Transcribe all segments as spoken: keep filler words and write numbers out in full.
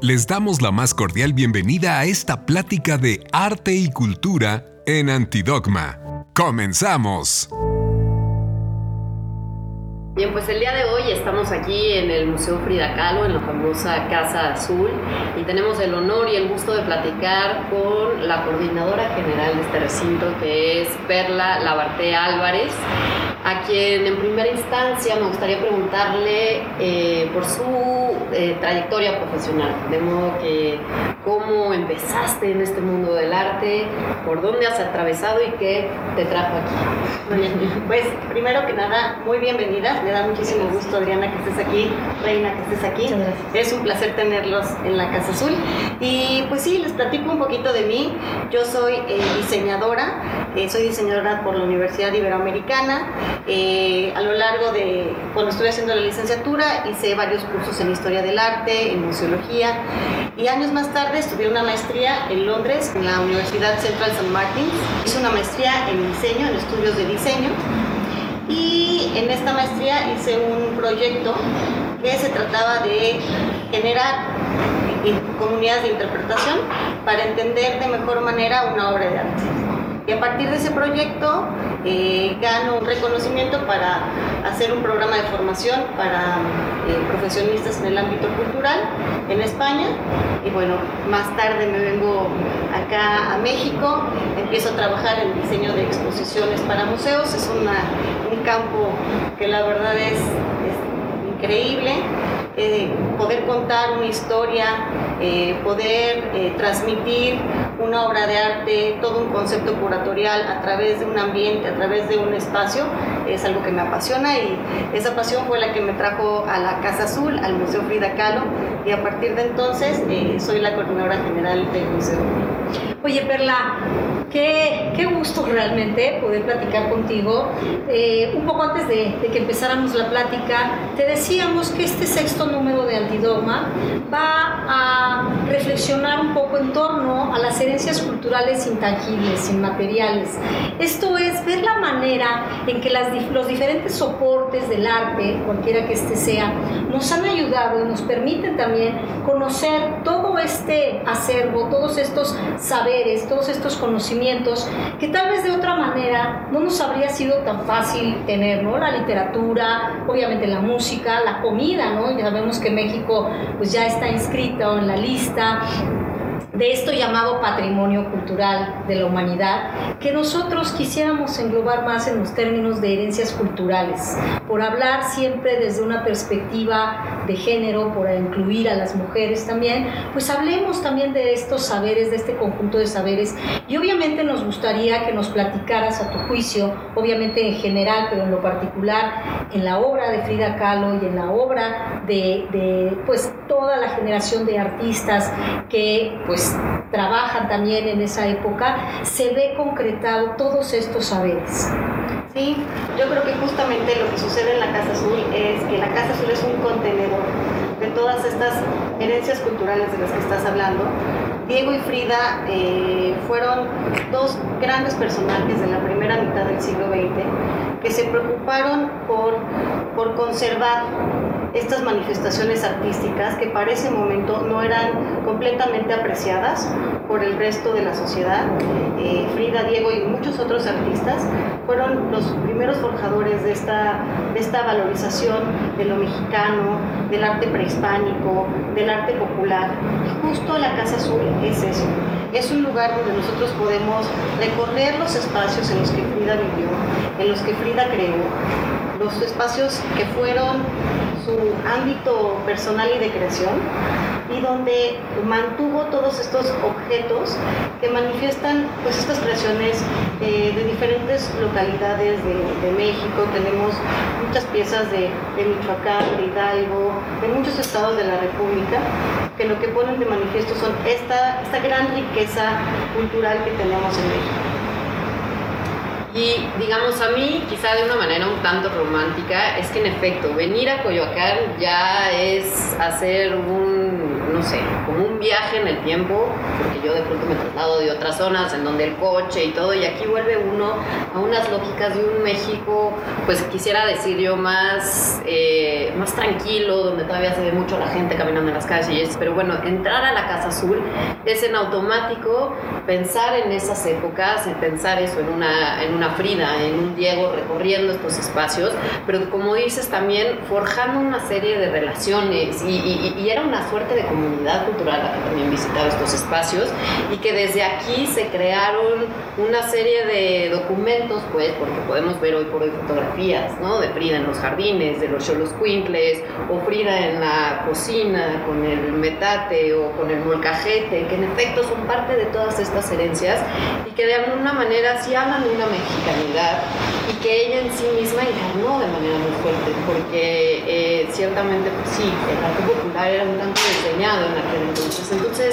Les damos la más cordial bienvenida a esta plática de arte y cultura en Antidogma. ¡Comenzamos! Bien, pues el día de hoy estamos aquí en el Museo Frida Kahlo, en la famosa Casa Azul, y tenemos el honor y el gusto de platicar con la coordinadora general de este recinto, que es Perla Labarte Álvarez, a quien en primera instancia me gustaría preguntarle eh, por su eh, trayectoria profesional, de modo que cómo empezaste en este mundo del arte, por dónde has atravesado y qué te trajo aquí. Muy bien, pues primero que nada, muy bienvenida, me da muchísimo gusto, Adriana, que estés aquí, Reina, que estés aquí. Es un placer tenerlos en la Casa Azul. Y pues sí, les platico un poquito de mí. Yo soy eh, diseñadora, eh, soy diseñadora por la Universidad Iberoamericana. Eh, a lo largo de, cuando estuve haciendo la licenciatura, hice varios cursos en Historia del Arte, en Museología, y años más tarde estudié una maestría en Londres, en la Universidad Central Saint Martins. Hice una maestría en diseño, en estudios de diseño, y en esta maestría hice un proyecto que se trataba de generar comunidades de interpretación para entender de mejor manera una obra de arte. Y a partir de ese proyecto eh, gano un reconocimiento para hacer un programa de formación para eh, profesionistas en el ámbito cultural en España. Y bueno, más tarde me vengo acá a México, empiezo a trabajar en diseño de exposiciones para museos. Es una, un campo que la verdad es, es increíble. Eh, poder contar una historia, eh, poder eh, transmitir una obra de arte, todo un concepto curatorial a través de un ambiente, a través de un espacio, es algo que me apasiona, y esa pasión fue la que me trajo a la Casa Azul, al Museo Frida Kahlo, y a partir de entonces eh, soy la coordinadora general del museo. Oye, Perla, qué, qué gusto realmente poder platicar contigo. Eh, un poco antes de, de que empezáramos la plática, te decíamos que este sexto número de Antidogma va a reflexionar un poco en torno a las herencias culturales intangibles, inmateriales. Esto es ver la manera en que las, los diferentes soportes del arte, cualquiera que este sea, nos han ayudado y nos permiten también conocer todo este acervo, todos estos saberes, todos estos conocimientos que tal vez de otra manera no nos habría sido tan fácil tener, ¿no? La literatura, obviamente la música, la comida, ¿no? Ya sabemos que México pues ya está inscrito en la lista de esto llamado patrimonio cultural de la humanidad, que nosotros quisiéramos englobar más en los términos de herencias culturales, por hablar siempre desde una perspectiva de género, por incluir a las mujeres también, pues hablemos también de estos saberes, de este conjunto de saberes, y obviamente nos gustaría que nos platicaras a tu juicio, obviamente en general, pero en lo particular, en la obra de Frida Kahlo y en la obra de, de pues toda la generación de artistas que pues trabajan también en esa época, se ve concretado todos estos saberes. Sí, yo creo que justamente lo que sucede en la Casa Azul es que la Casa Azul es un contenedor de todas estas herencias culturales de las que estás hablando. Diego y Frida eh, fueron dos grandes personajes de la primera mitad del siglo veinte que se preocuparon por, por conservar estas manifestaciones artísticas que para ese momento no eran completamente apreciadas por el resto de la sociedad. Eh, Frida, Diego y muchos otros artistas fueron los primeros forjadores de esta, de esta valorización de lo mexicano, del arte prehispánico, del arte popular. Y justo la Casa Azul es eso. Es un lugar donde nosotros podemos recorrer los espacios en los que Frida vivió, en los que Frida creó, los espacios que fueron su ámbito personal y de creación, y donde mantuvo todos estos objetos que manifiestan pues estas creaciones eh, de diferentes localidades de, de México. Tenemos muchas piezas de, de Michoacán, de Hidalgo, de muchos estados de la República, que lo que ponen de manifiesto son esta, esta gran riqueza cultural que tenemos en México. Y digamos, a mí, quizá de una manera un tanto romántica, es que en efecto, venir a Coyoacán ya es hacer un, no sé, como un viaje en el tiempo, porque yo de pronto me traslado de otras zonas en donde el coche y todo, y aquí vuelve uno a unas lógicas de un México, pues quisiera decir yo, más, eh, más tranquilo, donde todavía se ve mucho la gente caminando en las calles, pero bueno, entrar a la Casa Azul es en automático pensar en esas épocas, pensar eso en una, en una Frida, en un Diego recorriendo estos espacios, pero como dices también forjando una serie de relaciones, y, y, y era una suerte de comunidad cultural la que también visitaba estos espacios, y que desde aquí se crearon una serie de documentos, pues, porque podemos ver hoy por hoy fotografías, ¿no?, de Frida en los jardines, de los xoloscuincles, o Frida en la cocina con el metate o con el molcajete, que en efecto son parte de todas estas herencias y que de alguna manera sí hablan de una mexicanidad y que ella en sí misma encarnó de manera muy fuerte, porque eh, ciertamente, pues sí, el arte popular era un tanto desdeñado en aquel entonces. Entonces,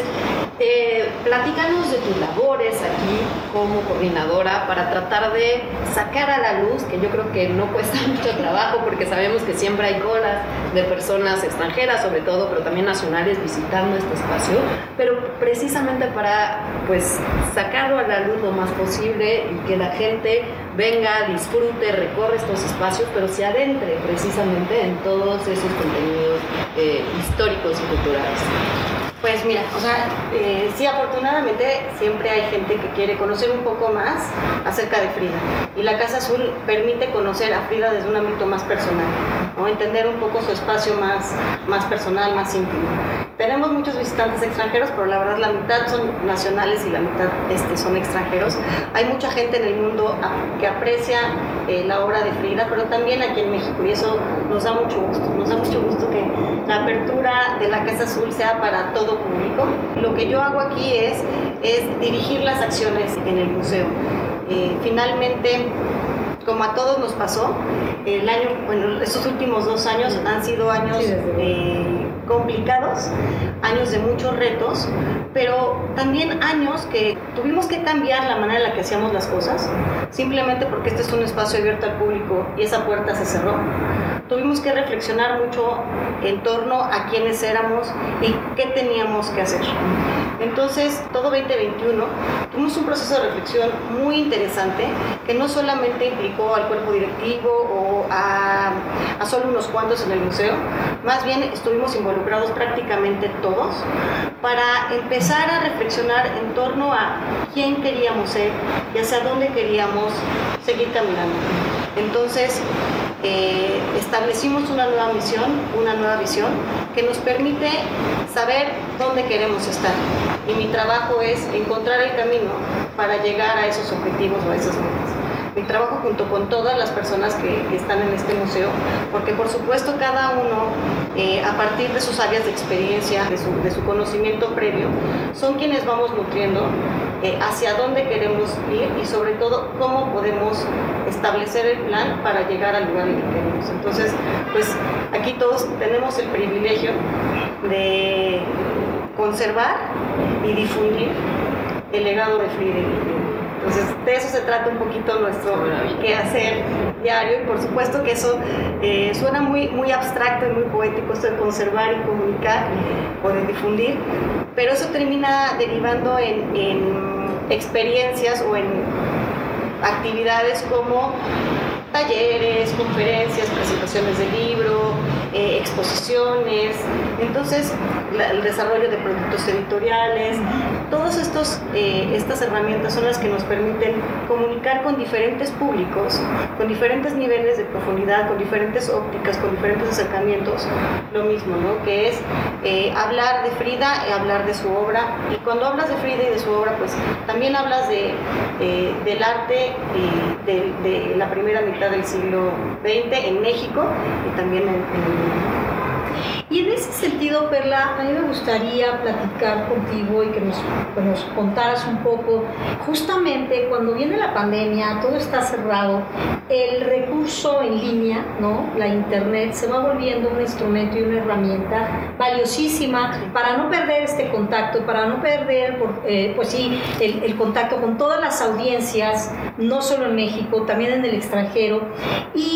eh, platícanos de tus labores aquí como coordinadora para tratar de sacar a la luz, que yo creo que no cuesta mucho trabajo, porque sabemos que siempre hay colas de personas extranjeras, sobre todo, pero también nacionales visitando este espacio, pero precisamente para, pues, sacarlo a la luz lo más posible y que la gente venga, disfrute, recorre estos espacios, pero se adentre precisamente en todos esos contenidos eh, históricos y culturales. Pues mira, o sea, eh, sí, afortunadamente siempre hay gente que quiere conocer un poco más acerca de Frida, y la Casa Azul permite conocer a Frida desde un ámbito más personal, ¿no? Entender un poco su espacio más, más personal, más íntimo. Tenemos muchos visitantes extranjeros, pero la verdad la mitad son nacionales y la mitad este, son extranjeros. Hay mucha gente en el mundo que aprecia eh, la obra de Frida, pero también aquí en México, y eso nos da mucho gusto. Nos da mucho gusto que la apertura de la Casa Azul sea para todo público. Lo que yo hago aquí es, es dirigir las acciones en el museo. Eh, finalmente, como a todos nos pasó, el año, bueno, estos últimos dos años han sido años eh, complicados, años de muchos retos, pero también años que tuvimos que cambiar la manera en la que hacíamos las cosas, simplemente porque este es un espacio abierto al público y esa puerta se cerró. Tuvimos que reflexionar mucho en torno a quiénes éramos y qué teníamos que hacer. Entonces, todo veinte veintiuno tuvimos un proceso de reflexión muy interesante que no solamente implicó al cuerpo directivo o a, a solo unos cuantos en el museo, más bien estuvimos involucrados prácticamente todos para empezar a reflexionar en torno a quién queríamos ser y hacia dónde queríamos seguir caminando. Entonces, eh, establecimos una nueva misión, una nueva visión que nos permite saber dónde queremos estar. Y mi trabajo es encontrar el camino para llegar a esos objetivos o a esas metas. Mi trabajo junto con todas las personas que, que están en este museo, porque por supuesto cada uno, eh, a partir de sus áreas de experiencia, de su, de su conocimiento previo, son quienes vamos nutriendo eh, hacia dónde queremos ir y sobre todo cómo podemos establecer el plan para llegar al lugar en que queremos. Entonces, pues aquí todos tenemos el privilegio de conservar y difundir el legado de Frida. Entonces, de eso se trata un poquito nuestro quehacer diario, y por supuesto que eso eh, suena muy, muy abstracto y muy poético, esto de conservar y comunicar o de difundir, pero eso termina derivando en, en experiencias o en actividades como talleres, conferencias, presentaciones de libro, eh, exposiciones, entonces la, el desarrollo de productos editoriales, todas estos, eh, estas herramientas son las que nos permiten comunicar con diferentes públicos, con diferentes niveles de profundidad, con diferentes ópticas, con diferentes acercamientos, lo mismo, ¿no? Que es eh, hablar de Frida y hablar de su obra, y cuando hablas de Frida y de su obra, pues también hablas de, eh, del arte y de, de la primera mitad del siglo veinte en México y también en, en el mundo. Y en ese sentido, Perla, a mí me gustaría platicar contigo y que nos, que nos contaras un poco, justamente cuando viene la pandemia, todo está cerrado, el recurso en línea, ¿no? La internet se va volviendo un instrumento y una herramienta valiosísima para no perder este contacto, para no perder, eh, pues sí, el, el contacto con todas las audiencias, no solo en México, también en el extranjero. Y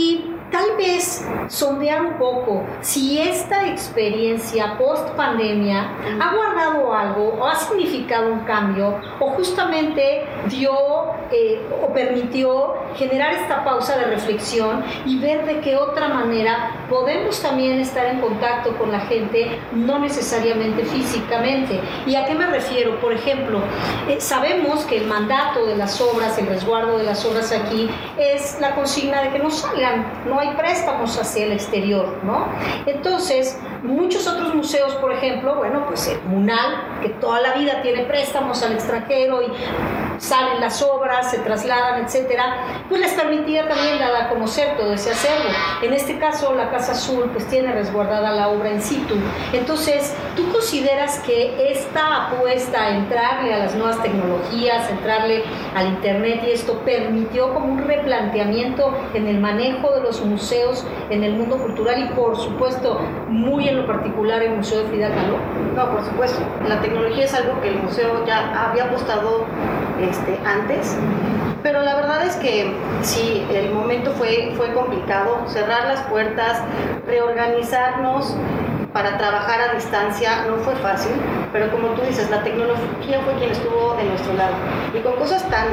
tal vez sondear un poco si esta experiencia post pandemia ha guardado algo o ha significado un cambio o justamente dio eh, o permitió generar esta pausa de reflexión y ver de qué otra manera podemos también estar en contacto con la gente, no necesariamente físicamente. ¿Y a qué me refiero? Por ejemplo, eh, sabemos que el mandato de las obras, el resguardo de las obras aquí es la consigna de que no salgan, no hay préstamos hacia el exterior, ¿no? Entonces, muchos otros museos, por ejemplo, bueno, pues el MUNAL, que toda la vida tiene préstamos al extranjero y salen las obras, se trasladan, etcétera, pues les permitía también dar a conocer todo ese acervo. En este caso, la Casa Azul pues tiene resguardada la obra in situ. Entonces, ¿tú consideras que esta apuesta a entrarle a las nuevas tecnologías, entrarle al internet y esto permitió como un replanteamiento en el manejo de los museos en el mundo cultural y por supuesto muy en lo particular el Museo de Frida Kahlo? No, por supuesto. La tecnología es algo que el museo ya había apostado este, antes, pero la verdad es que sí, el momento fue, fue complicado, cerrar las puertas, reorganizarnos para trabajar a distancia no fue fácil, pero como tú dices, la tecnología fue quien estuvo de nuestro lado. Y con cosas tan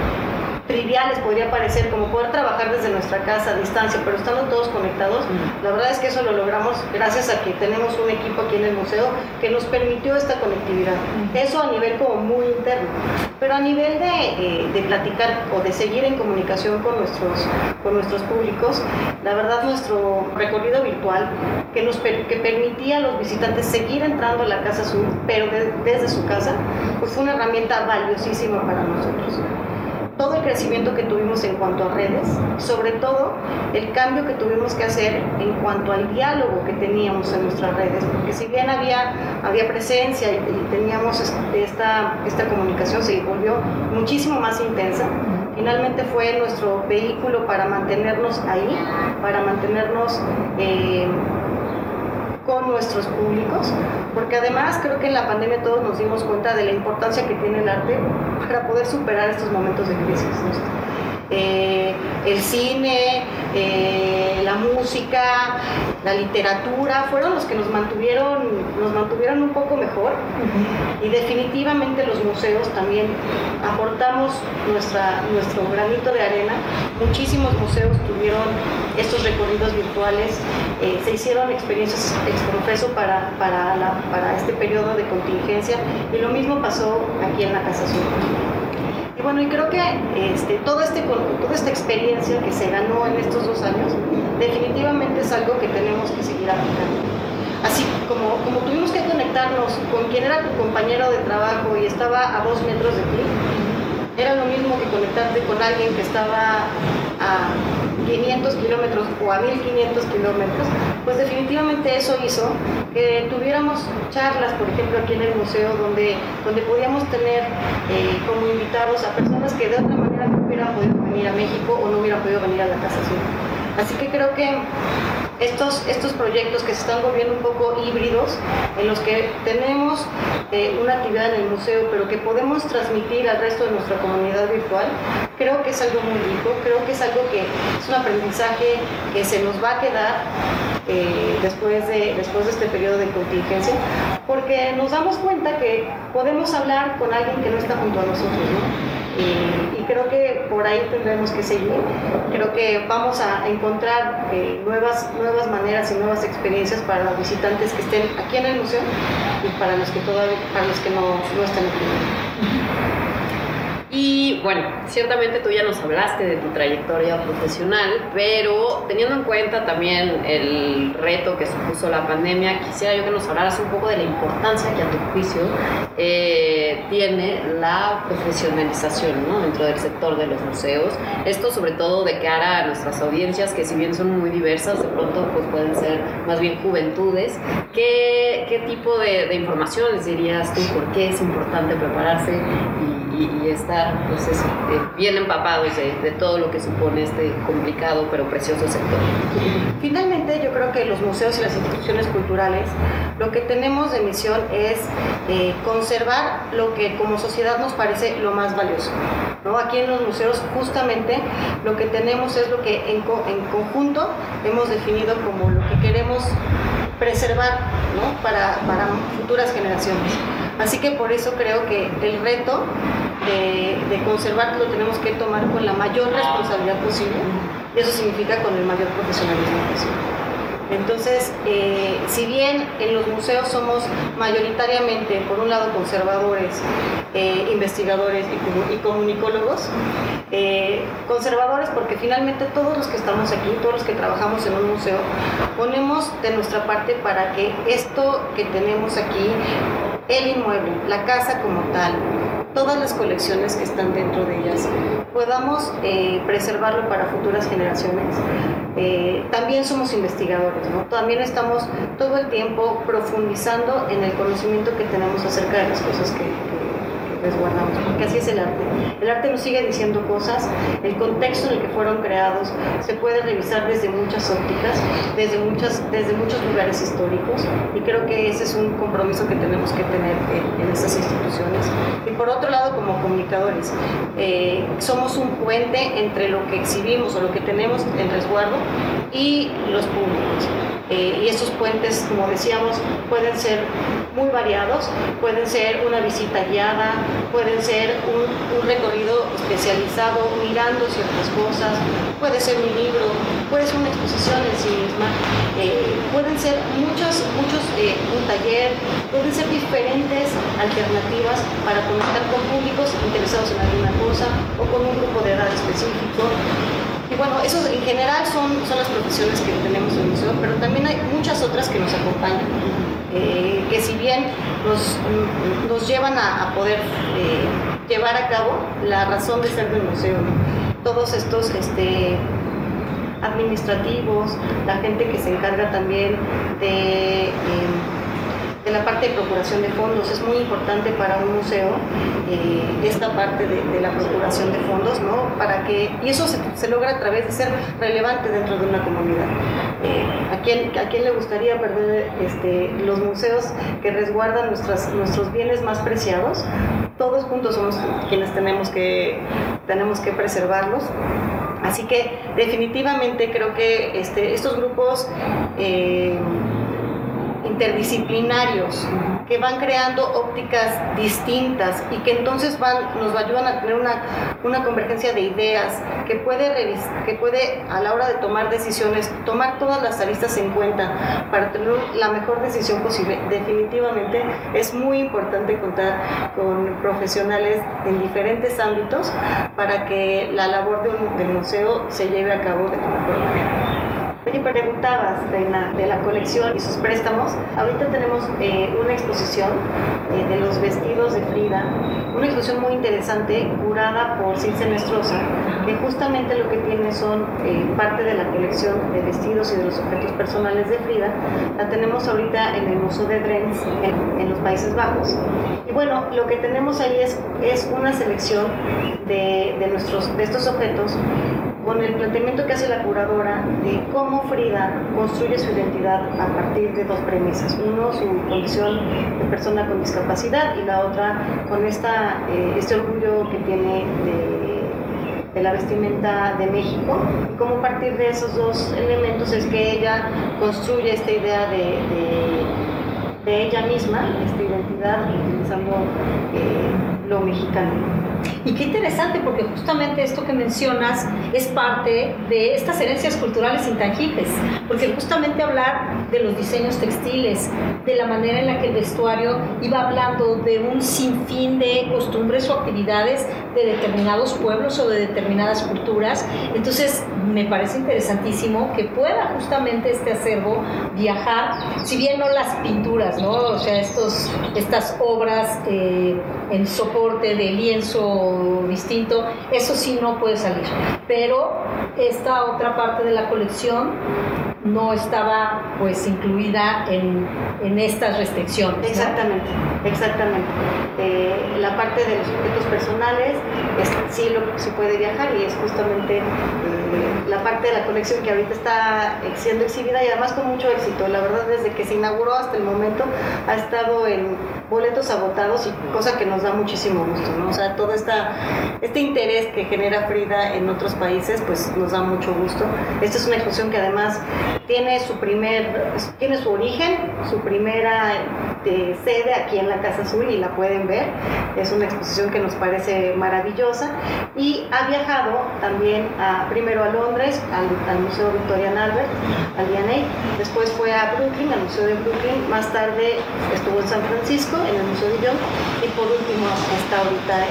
triviales podría parecer, como poder trabajar desde nuestra casa a distancia, pero estando todos conectados, mm. la verdad es que eso lo logramos gracias a que tenemos un equipo aquí en el museo que nos permitió esta conectividad. Mm. Eso a nivel como muy interno, pero a nivel de, eh, de platicar o de seguir en comunicación con nuestros, con nuestros públicos, la verdad nuestro recorrido virtual que, nos per, que permitía a los visitantes seguir entrando a la Casa Azul, pero de, desde su casa, pues fue una herramienta valiosísima para nosotros. Todo el crecimiento que tuvimos en cuanto a redes, sobre todo el cambio que tuvimos que hacer en cuanto al diálogo que teníamos en nuestras redes, porque si bien había, había presencia y, y teníamos esta, esta comunicación, se volvió muchísimo más intensa. Finalmente fue nuestro vehículo para mantenernos ahí, para mantenernos eh, con nuestros públicos, porque además creo que en la pandemia todos nos dimos cuenta de la importancia que tiene el arte para poder superar estos momentos de crisis, ¿no? Eh, el cine, eh, la música, la literatura fueron los que nos mantuvieron, nos mantuvieron un poco mejor. Uh-huh. Y definitivamente los museos también aportamos nuestra, nuestro granito de arena. Muchísimos museos tuvieron estos recorridos virtuales, eh, se hicieron experiencias exprofeso para, para, la, para este periodo de contingencia y lo mismo pasó aquí en la Casa Azul. Y bueno, y creo que este, todo este, toda esta experiencia que se ganó en estos dos años definitivamente es algo que tenemos que seguir aplicando. Así como, como tuvimos que conectarnos con quien era tu compañero de trabajo y estaba a dos metros de ti, era lo mismo que conectarte con alguien que estaba a quinientos kilómetros o a mil quinientos kilómetros, pues definitivamente eso hizo que tuviéramos charlas, por ejemplo, aquí en el museo, donde, donde podíamos tener eh, como invitados a personas que de otra manera no hubieran podido venir a México o no hubieran podido venir a la Casa Azul. Así que creo que estos, estos proyectos que se están volviendo un poco híbridos, en los que tenemos eh, una actividad en el museo, pero que podemos transmitir al resto de nuestra comunidad virtual, creo que es algo muy rico, creo que es algo que es un aprendizaje que se nos va a quedar eh, después, de, después de este periodo de contingencia, porque nos damos cuenta que podemos hablar con alguien que no está junto a nosotros, ¿no? Y, y creo que por ahí tendremos que seguir. Creo que vamos a encontrar eh, nuevas, nuevas maneras y nuevas experiencias para los visitantes que estén aquí en el museo y para los que, todavía, para los que no, no estén aquí. Y bueno, ciertamente tú ya nos hablaste de tu trayectoria profesional, pero teniendo en cuenta también el reto que supuso la pandemia, quisiera yo que nos hablaras un poco de la importancia que a tu juicio eh, tiene la profesionalización, ¿no?, dentro del sector de los museos. Esto sobre todo de cara a nuestras audiencias, que si bien son muy diversas, de pronto pues pueden ser más bien juventudes. ¿Qué, qué tipo de, de información les dirías tú? ¿Por qué es importante prepararse y, y, y estar pues eso, eh, bien empapados de, de todo lo que supone este complicado pero precioso sector? Finalmente, yo creo que los museos y las instituciones culturales, lo que tenemos de misión es eh, conservar lo que como sociedad nos parece lo más valioso, ¿no? Aquí en los museos justamente lo que tenemos es lo que en, co en conjunto hemos definido como lo que queremos preservar, ¿no? para, para futuras generaciones. Así que por eso creo que el reto de, de conservar lo tenemos que tomar con la mayor responsabilidad posible, y eso significa con el mayor profesionalismo posible. Entonces, eh, si bien en los museos somos mayoritariamente, por un lado, conservadores, eh, investigadores y, y comunicólogos, eh, conservadores porque finalmente todos los que estamos aquí, todos los que trabajamos en un museo, ponemos de nuestra parte para que esto que tenemos aquí, el inmueble, la casa como tal, todas las colecciones que están dentro de ellas, podamos eh, preservarlo para futuras generaciones. Eh, también somos investigadores, ¿no? También estamos todo el tiempo profundizando en el conocimiento que tenemos acerca de las cosas que, que, que resguardamos, porque así es el arte. El arte nos sigue diciendo cosas, el contexto en el que fueron creados se puede revisar desde muchas ópticas, desde, muchas, desde muchos lugares históricos, y creo que ese es un compromiso que tenemos que tener en, en estas instituciones. Y por otro lado, como comunicadores, eh, somos un puente entre lo que exhibimos o lo que tenemos en resguardo y los públicos. Eh, y esos puentes, como decíamos, pueden ser muy variados, pueden ser una visita guiada, pueden ser un, un recorrido especializado mirando ciertas cosas, puede ser un libro, puede ser una exposición en sí misma, eh, pueden ser muchos, muchos eh, un taller, pueden ser diferentes alternativas para conectar con públicos interesados en alguna cosa o con un grupo de edad específico. Y bueno, eso en general son, son las profesiones que tenemos en el museo, pero también hay muchas otras que nos acompañan, eh, que si bien nos, nos llevan a, a poder eh, llevar a cabo la razón de ser del museo, ¿no? Todos estos este, administrativos, la gente que se encarga también de... Eh, de la parte de procuración de fondos, es muy importante para un museo eh, esta parte de, de la procuración de fondos, ¿no? Para que, y eso se, se logra a través de ser relevante dentro de una comunidad. Eh, ¿a, quién, ¿A quién le gustaría perder este, los museos que resguardan nuestras, nuestros bienes más preciados? Todos juntos somos quienes tenemos que, tenemos que preservarlos. Así que definitivamente creo que este, estos grupos eh, interdisciplinarios que van creando ópticas distintas y que entonces van, nos ayudan a tener una, una convergencia de ideas que puede, revis- que puede a la hora de tomar decisiones, tomar todas las aristas en cuenta para tener la mejor decisión posible. Definitivamente es muy importante contar con profesionales en diferentes ámbitos para que la labor de un, del museo se lleve a cabo de la mejor manera. Oye, preguntabas, Reina, de la colección y sus préstamos. Ahorita tenemos eh, una exposición eh, de los vestidos de Frida, una exposición muy interesante, curada por Circe Nestrosa, que justamente lo que tiene son eh, parte de la colección de vestidos y de los objetos personales de Frida. La tenemos ahorita en el Museo de Drents, en, en los Países Bajos. Y bueno, lo que tenemos ahí es, es una selección de, de, nuestros, de estos objetos con el planteamiento que hace la curadora de cómo Frida construye su identidad a partir de dos premisas. Uno, su condición de persona con discapacidad, y la otra, con esta, eh, este orgullo que tiene de, de la vestimenta de México. Y cómo a partir de esos dos elementos es que ella construye esta idea de, de, de ella misma, esta identidad, utilizando eh, lo mexicano. Y qué interesante, porque justamente esto que mencionas es parte de estas herencias culturales intangibles, porque justamente hablar de los diseños textiles, de la manera en la que el vestuario iba hablando de un sinfín de costumbres o actividades de determinados pueblos o de determinadas culturas. Entonces me parece interesantísimo que pueda justamente este acervo viajar, si bien no las pinturas, ¿no? O sea, estos, estas obras eh, en soporte de lienzo distinto, eso sí no puede salir, pero esta otra parte de la colección no estaba pues incluida en, en estas restricciones, ¿no? Exactamente, exactamente. Eh, la parte de los objetos personales es, sí, lo, sí puede viajar y es justamente eh, la parte de la colección que ahorita está siendo exhibida y además con mucho éxito. La verdad, desde que se inauguró hasta el momento ha estado en boletos agotados y cosa que nos da muchísimo gusto, ¿no? O sea, todo esta, este interés que genera Frida en otros países, pues nos da mucho gusto. Esta es una exposición que además tiene su primer, tiene su origen, su primera de sede aquí en la Casa Azul y la pueden ver. Es una exposición que nos parece maravillosa y ha viajado también a, primero a Londres, al, al Museo Victorian Albert, al V and A, después fue a Brooklyn, al Museo de Brooklyn, más tarde estuvo en San Francisco, en el Museo de Young, y por último está ahorita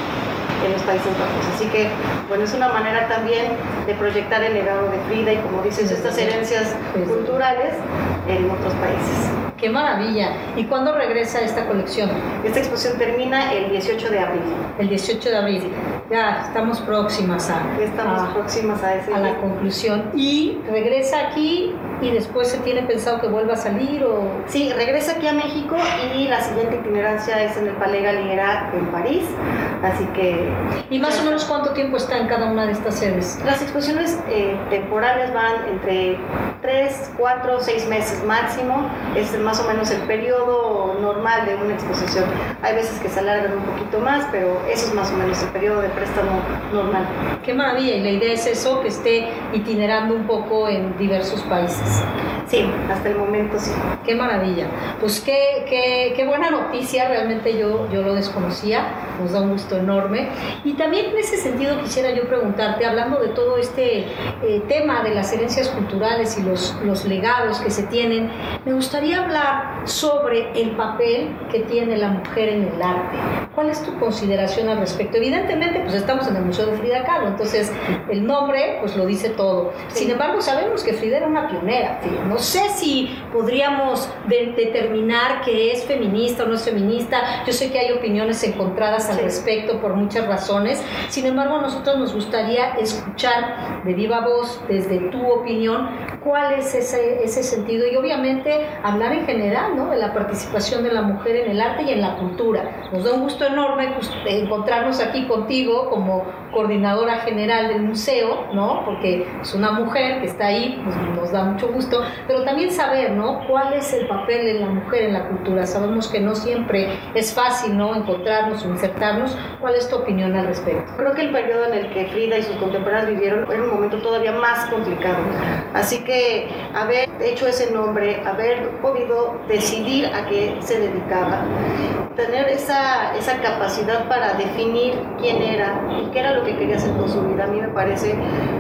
en, en los Países Bajos. Así que, bueno, es una manera también de proyectar el legado de Frida y, como dices, estas herencias culturales en otros países. ¡Qué maravilla! ¿Y cuándo regresa esta colección? Esta exposición termina el dieciocho de abril. El dieciocho de abril. Ya estamos próximas a, estamos a, próximas a, ese a la conclusión. ¿Y regresa aquí y después se tiene pensado que vuelva a salir? O... Sí, regresa aquí a México y la siguiente itinerancia es en el Palais Galliera en París. Así que... ¿Y más o menos cuánto tiempo está en cada una de estas sedes? Las exposiciones eh, temporales van entre tres, cuatro, seis meses máximo. Es más o menos el periodo normal de una exposición. Hay veces que se alargan un poquito más, pero eso es más o menos el periodo de préstamo normal. Qué maravilla, y la idea es eso, que esté itinerando un poco en diversos países. Sí, hasta el momento sí. Qué maravilla. Pues qué, qué, qué buena noticia, realmente yo, yo lo desconocía, nos da un gusto enorme. Y también en ese sentido quisiera yo preguntarte, hablando de todo este eh, tema de las herencias culturales y los, los legados que se tienen, me gustaría hablar sobre el papel que tiene la mujer en el arte. ¿Cuál es tu consideración al respecto? Evidentemente, pues estamos en el Museo de Frida Kahlo, entonces el nombre pues lo dice todo. Sí. Sin embargo, sabemos que Frida era una pionera. No sé si podríamos de- determinar que es feminista o no es feminista. Yo sé que hay opiniones encontradas al sí. respecto por muchas razones. Sin embargo, a nosotros nos gustaría escuchar de viva voz, desde tu opinión, cuál es ese, ese sentido y obviamente hablar en general, ¿no?, de la participación de la mujer en el arte y en la cultura. Nos da un gusto enorme pues, encontrarnos aquí contigo como coordinadora general del museo, ¿no?, porque es una mujer que está ahí, pues nos da mucho gusto, pero también saber, ¿no?, cuál es el papel de la mujer en la cultura. Sabemos que no siempre es fácil, ¿no?, encontrarnos o insertarnos. ¿Cuál es tu opinión al respecto? Creo que el periodo en el que Frida y sus contemporáneos vivieron era un momento todavía más complicado. Así que haber hecho ese nombre, haber podido decidir a qué se dedicaba, tener esa, esa capacidad para definir quién era y qué era lo que quería hacer con su vida, a mí me parece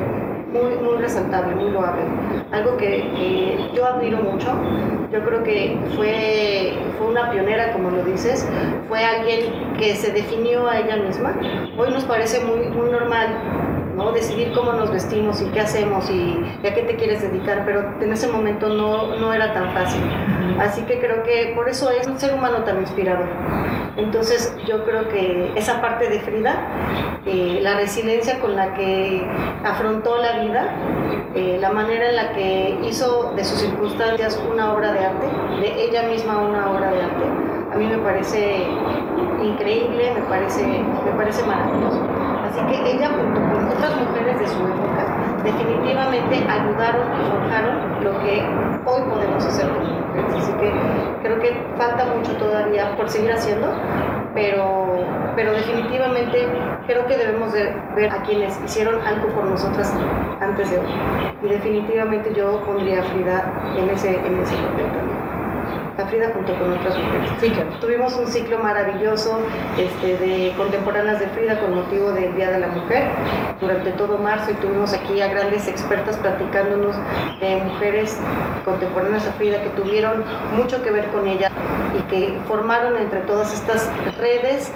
muy, muy resaltable, muy loable. Algo que, que yo admiro mucho. Yo creo que fue, fue una pionera, como lo dices, fue alguien que se definió a ella misma. Hoy nos parece muy, muy normal, ¿no?, decidir cómo nos vestimos y qué hacemos y, y a qué te quieres dedicar, pero en ese momento no, no era tan fácil. Así que creo que por eso es un ser humano tan inspirador. Entonces yo creo que esa parte de Frida, eh, la resiliencia con la que afrontó la vida, eh, la manera en la que hizo de sus circunstancias una obra de arte, de ella misma una obra de arte, a mí me parece increíble, me parece, me parece maravilloso. Así que ella, junto con otras mujeres de su época, definitivamente ayudaron y forjaron lo que hoy podemos hacer como mujeres. Así que creo que falta mucho todavía por seguir haciendo, pero, pero definitivamente creo que debemos de ver a quienes hicieron algo por nosotras antes de hoy. Y definitivamente yo pondría a Frida en ese, en ese papel también. A Frida junto con otras mujeres. Sí, claro. Tuvimos un ciclo maravilloso este, de contemporáneas de Frida con motivo del Día de la Mujer durante todo marzo, y tuvimos aquí a grandes expertas platicándonos de mujeres contemporáneas a Frida que tuvieron mucho que ver con ella y que formaron entre todas estas redes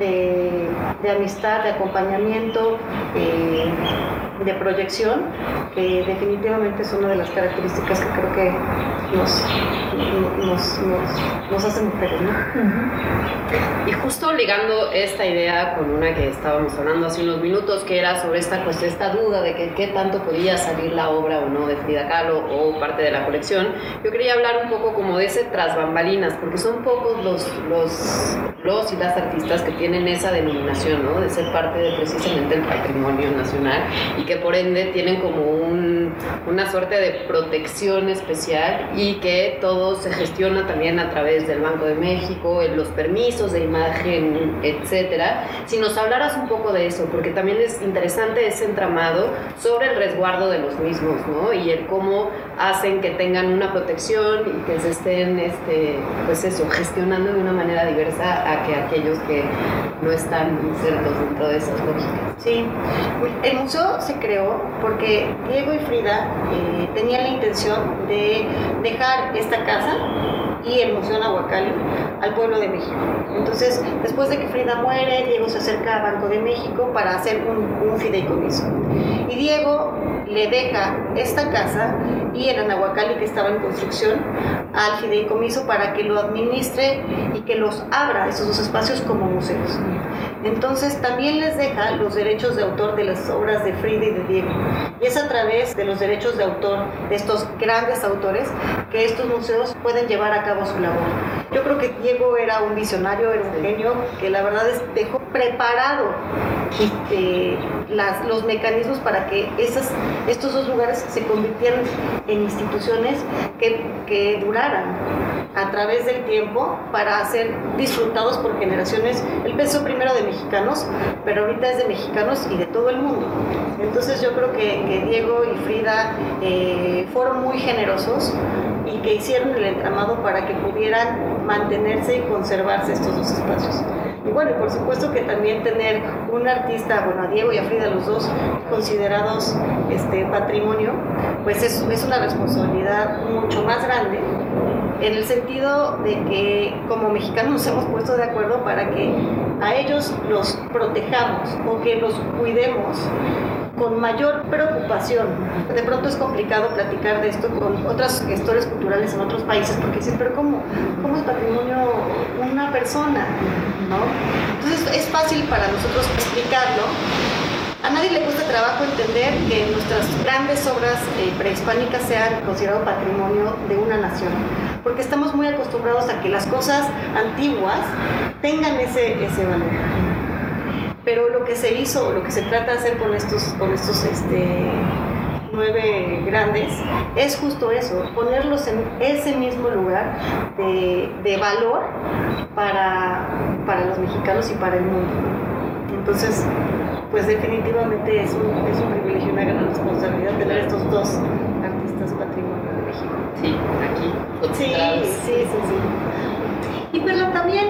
de, de amistad, de acompañamiento, eh, de proyección, que definitivamente es una de las características que creo que nos, nos, nos, nos hace mujeres, ¿no? Uh-huh. Y justo ligando esta idea con una que estábamos hablando hace unos minutos, que era sobre esta cuestión, esta duda de que qué tanto podía salir la obra o no de Frida Kahlo o parte de la colección, yo quería hablar un poco como de ese tras bambalinas, porque son pocos los, los, los y las artistas que tienen esa denominación, ¿no? De ser parte de precisamente el patrimonio nacional y que por ende tienen como un, una suerte de protección especial y que todo se gestiona también a través del Banco de México, en los permisos de imagen, etcétera. Si nos hablaras un poco de eso, porque también es interesante ese entramado sobre el resguardo de los mismos, ¿no? Y el cómo hacen que tengan una protección y que se estén, este, pues eso, gestionando de una manera diversa a que aquellos que no están insertos dentro de esas lógicas. Sí, el museo se creó porque Diego y Frida eh, tenían la intención de dejar esta casa y el Museo Nahuacalli al pueblo de México. Entonces, después de que Frida muere, Diego se acerca a Banco de México para hacer un, un fideicomiso. Y Diego le deja esta casa y el Nahuacalli, que estaba en construcción, al fideicomiso para que lo administre y que los abra, esos dos espacios, como museos. Entonces, también les deja los derechos de autor de las obras de Frida y de Diego. Y es a través de los derechos de autor de estos grandes autores que estos museos pueden llevar a cabo su labor. Yo creo que Diego era un visionario, era un genio, que la verdad es, dejó preparado este, las, los mecanismos para que esas, estos dos lugares se convirtieran en instituciones que, que duraran a través del tiempo para ser disfrutados por generaciones. Él pensó primero de mexicanos, pero ahorita es de mexicanos y de todo el mundo. Entonces yo creo que, que Diego y Frida eh, fueron muy generosos y que hicieron el entramado para que pudieran mantenerse y conservarse estos dos espacios. Y bueno, por supuesto que también tener un artista, bueno, a Diego y a Frida, los dos considerados este, patrimonio, pues es, es una responsabilidad mucho más grande, en el sentido de que como mexicanos nos hemos puesto de acuerdo para que a ellos los protejamos o que los cuidemos con mayor preocupación. De pronto es complicado platicar de esto con otros gestores culturales en otros países porque dicen, pero ¿cómo, cómo es patrimonio una persona? ¿No? Entonces es fácil para nosotros explicarlo. A nadie le cuesta trabajo entender que nuestras grandes obras eh, prehispánicas sean consideradas patrimonio de una nación, porque estamos muy acostumbrados a que las cosas antiguas tengan ese, ese valor. Pero lo que se hizo, lo que se trata de hacer con estos, con estos este, nueve grandes, es justo eso, ponerlos en ese mismo lugar de, de valor para, para los mexicanos y para el mundo. Entonces, pues definitivamente es un, es un privilegio y una gran responsabilidad tener estos dos artistas patrimonio de México. Sí, aquí. Sí, sí, sí, sí. Y Perla, también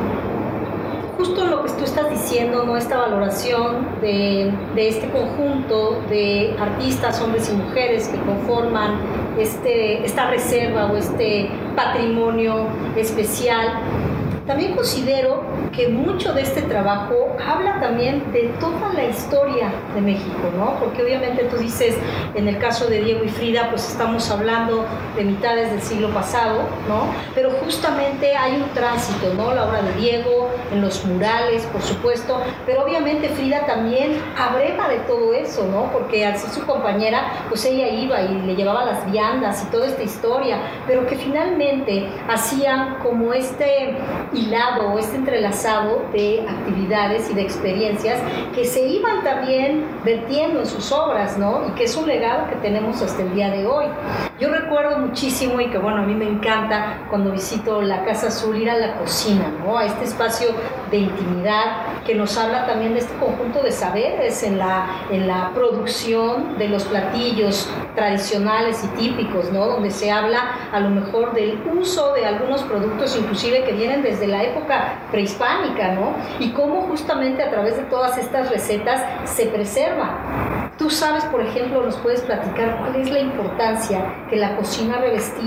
justo lo que tú estás diciendo, ¿no? Esta valoración de, de este conjunto de artistas, hombres y mujeres que conforman este, esta reserva o este patrimonio especial. También considero que mucho de este trabajo habla también de toda la historia de México, ¿no? Porque obviamente tú dices, en el caso de Diego y Frida, pues estamos hablando de mitades del siglo pasado, ¿no? Pero justamente hay un tránsito, ¿no? La obra de Diego, en los murales, por supuesto, pero obviamente Frida también abreva de todo eso, ¿no? Porque al ser su compañera, pues ella iba y le llevaba las viandas y toda esta historia, pero que finalmente hacían como este hilado o este entrelazado de actividades y de experiencias que se iban también vertiendo en sus obras, ¿no? Y que es un legado que tenemos hasta el día de hoy. Yo recuerdo muchísimo, y que bueno, a mí me encanta cuando visito la Casa Azul, ir a la cocina, ¿no? A este espacio de intimidad que nos habla también de este conjunto de saberes en la, en la producción de los platillos tradicionales y típicos, ¿no? Donde se habla a lo mejor del uso de algunos productos inclusive que vienen desde la época prehispánica, ¿no? Y cómo justamente a través de todas estas recetas se preserva. Tú sabes, por ejemplo, nos puedes platicar cuál es la importancia que la cocina revestía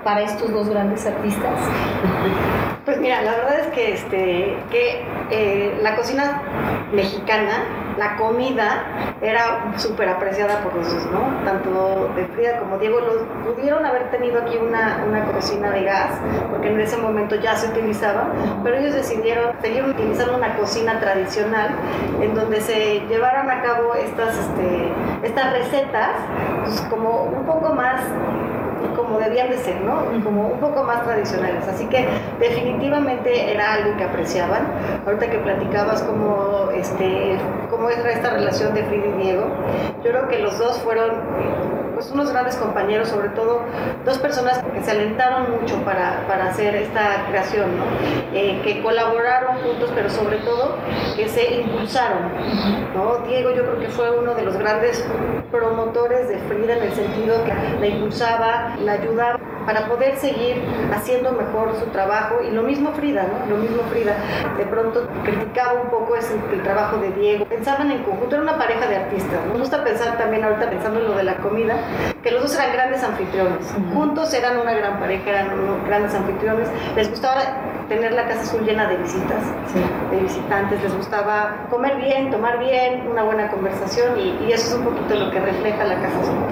para estos dos grandes artistas? Pues mira, la verdad es que, este, que eh, la cocina mexicana, la comida, era súper apreciada por los dos, ¿no? Tanto de Frida como Diego los, pudieron haber tenido aquí una, una cocina de gas, porque en ese momento ya se utilizaba, pero ellos decidieron seguir utilizando una cocina tradicional en donde se llevaran a cabo estas, este, estas recetas, pues, como un poco más como debían de ser, ¿no? Como un poco más tradicionales. Así que definitivamente era algo que apreciaban. Ahorita que platicabas cómo, este, cómo era esta relación de Frida y Diego, yo creo que los dos fueron pues unos grandes compañeros, sobre todo dos personas que se alentaron mucho para, para hacer esta creación, ¿no? Eh, que colaboraron juntos, pero sobre todo que se impulsaron, ¿no? Diego yo creo que fue uno de los grandes promotores de Frida en el sentido que la impulsaba, la ayudaba para poder seguir haciendo mejor su trabajo, y lo mismo Frida, ¿no? Lo mismo Frida, de pronto criticaba un poco ese, el trabajo de Diego, pensaban en conjunto, era una pareja de artistas, ¿no? Me gusta pensar también ahorita pensando en lo de la comida, que los dos eran grandes anfitriones, uh-huh. Juntos eran una gran pareja, eran unos grandes anfitriones, les gustaba tener la Casa Azul llena de visitas, sí. de visitantes, les gustaba comer bien, tomar bien, una buena conversación, y, y eso es un poquito lo que refleja la Casa Azul.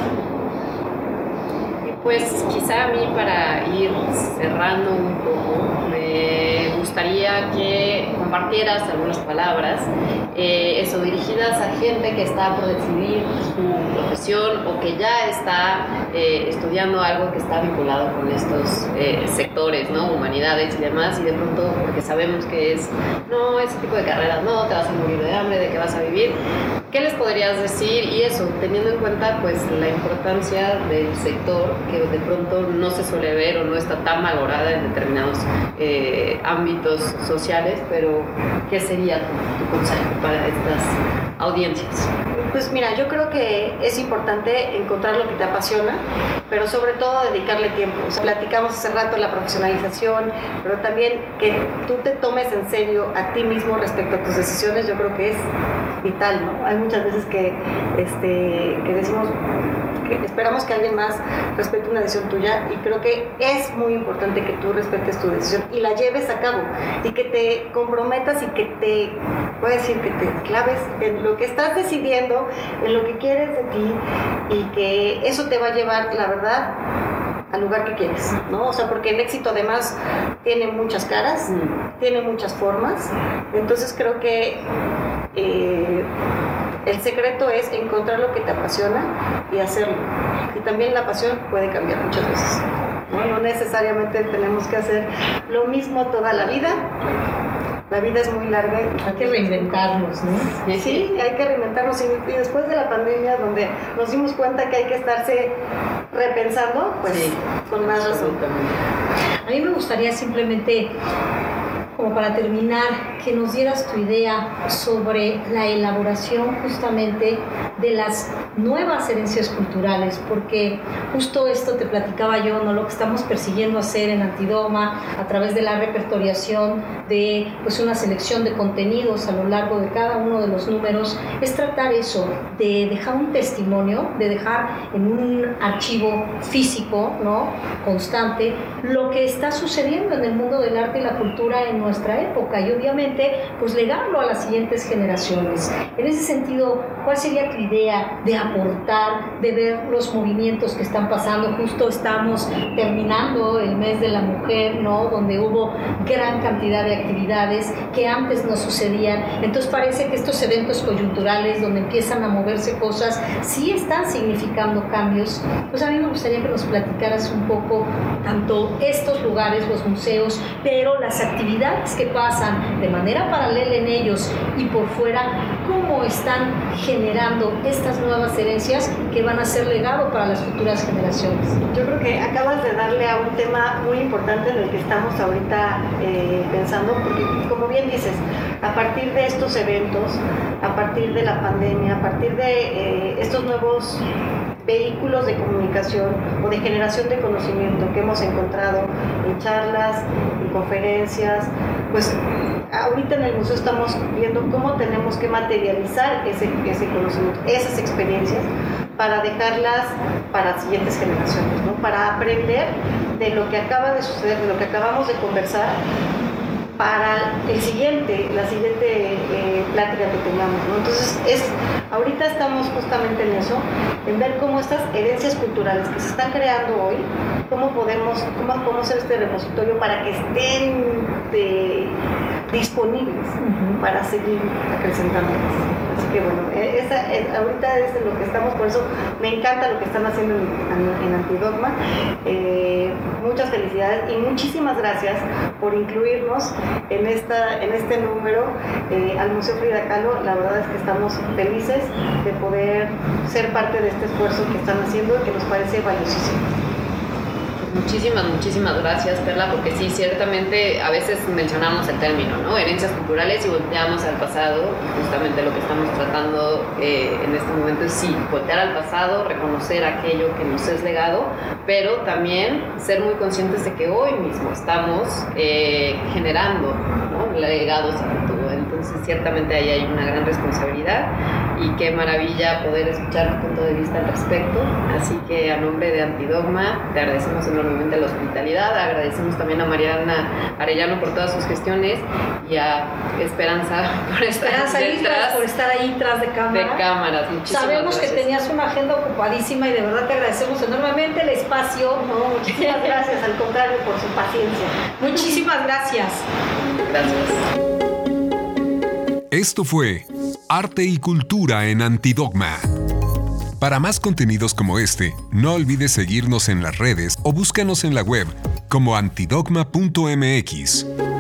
Pues quizá a mí, para ir cerrando un poco, me gustaría que compartieras algunas palabras, eh, eso, dirigidas a gente que está por decidir su profesión o que ya está eh, estudiando algo que está vinculado con estos eh, sectores, ¿no? Humanidades y demás, y de pronto, porque sabemos que es, no, ese tipo de carreras, no, te vas a morir de hambre, de qué vas a vivir. ¿Qué les podrías decir? Y eso, teniendo en cuenta pues la importancia del sector, que de pronto no se suele ver o no está tan valorada en determinados eh, ámbitos sociales, pero ¿qué sería tu, tu consejo para estas audiencias? Pues mira, yo creo que es importante encontrar lo que te apasiona, pero sobre todo dedicarle tiempo. O sea, platicamos hace rato de la profesionalización, pero también que tú te tomes en serio a ti mismo respecto a tus decisiones, yo creo que es vital, ¿no? Hay muchas veces que, este, que decimos que esperamos que alguien más respete una decisión tuya, y creo que es muy importante que tú respetes tu decisión y la lleves a cabo, y que te comprometas y que te, voy a decir, que te claves en lo que estás decidiendo, en lo que quieres de ti, y que eso te va a llevar, la verdad, al lugar que quieres, ¿no? O sea, porque el éxito además tiene muchas caras, mm. tiene muchas formas, entonces creo que eh, el secreto es encontrar lo que te apasiona y hacerlo. Y también la pasión puede cambiar muchas veces, ¿no? No necesariamente tenemos que hacer lo mismo toda la vida. La vida es muy larga. Hay que reinventarnos, ¿no? Sí, hay que reinventarnos. Y después de la pandemia, donde nos dimos cuenta que hay que estarse repensando, pues sí, con más razón. A mí me gustaría simplemente, como para terminar, que nos dieras tu idea sobre la elaboración justamente de las nuevas herencias culturales, porque justo esto te platicaba yo, ¿no? Lo que estamos persiguiendo hacer en Antidogma a través de la repertoriación de pues una selección de contenidos a lo largo de cada uno de los números, es tratar eso, de dejar un testimonio, de dejar en un archivo físico, ¿no? constante, lo que está sucediendo en el mundo del arte y la cultura en nuestra época, y obviamente pues legarlo a las siguientes generaciones. En ese sentido, ¿cuál sería tu idea de aportar, de ver los movimientos que están pasando? Justo estamos terminando el mes de la mujer, ¿no? Donde hubo gran cantidad de actividades que antes no sucedían, entonces parece que estos eventos coyunturales donde empiezan a moverse cosas sí están significando cambios. Pues a mí me gustaría que nos platicaras un poco tanto estos lugares, los museos, pero las actividades que pasan de manera paralela en ellos y por fuera, cómo están generando estas nuevas herencias que van a ser legado para las futuras generaciones. Yo creo que acabas de darle a un tema muy importante en el que estamos ahorita eh, pensando, porque como bien dices, a partir de estos eventos, a partir de la pandemia, a partir de eh, estos nuevos vehículos de comunicación o de generación de conocimiento que hemos encontrado en charlas, en conferencias, pues ahorita en el museo estamos viendo cómo tenemos que materializar ese, ese conocimiento, esas experiencias, para dejarlas para siguientes generaciones, ¿no? Para aprender de lo que acaba de suceder, de lo que acabamos de conversar, para el siguiente, la siguiente eh, plática que tengamos, ¿no? Entonces, es, ahorita estamos justamente en eso, en ver cómo estas herencias culturales que se están creando hoy, cómo podemos, cómo podemos hacer este repositorio para que estén de, disponibles uh-huh. para seguir acrecentándolas. Así que bueno, esa, es, ahorita es en lo que estamos, por eso me encanta lo que están haciendo en, en, en Antidogma. Eh, muchas felicidades y muchísimas gracias por incluirnos en, esta, en este número eh, al Museo Frida Kahlo. La verdad es que estamos felices de poder ser parte de este esfuerzo que están haciendo y que nos parece valiosísimo. Muchísimas, muchísimas gracias, Perla, porque sí, ciertamente a veces mencionamos el término, ¿no? Herencias culturales y volteamos al pasado. Justamente lo que estamos tratando eh, en este momento es sí, voltear al pasado, reconocer aquello que nos es legado, pero también ser muy conscientes de que hoy mismo estamos eh, generando, ¿no? legados a futuro. Entonces, ciertamente ahí hay una gran responsabilidad y qué maravilla poder escuchar tu punto de vista al respecto. Así que a nombre de Antidogma te agradecemos enormemente la hospitalidad, agradecemos también a Mariana Arellano por todas sus gestiones y a Esperanza por estar Esperanza detrás, por estar ahí tras de cámara. De cámaras, muchísimas Sabemos gracias. Que tenías una agenda ocupadísima y de verdad te agradecemos enormemente el espacio. No, muchísimas gracias, al contrario, por su paciencia. Muchísimas gracias. Gracias. Esto fue Arte y Cultura en Antidogma. Para más contenidos como este, no olvides seguirnos en las redes o búscanos en la web como antidogma punto m x.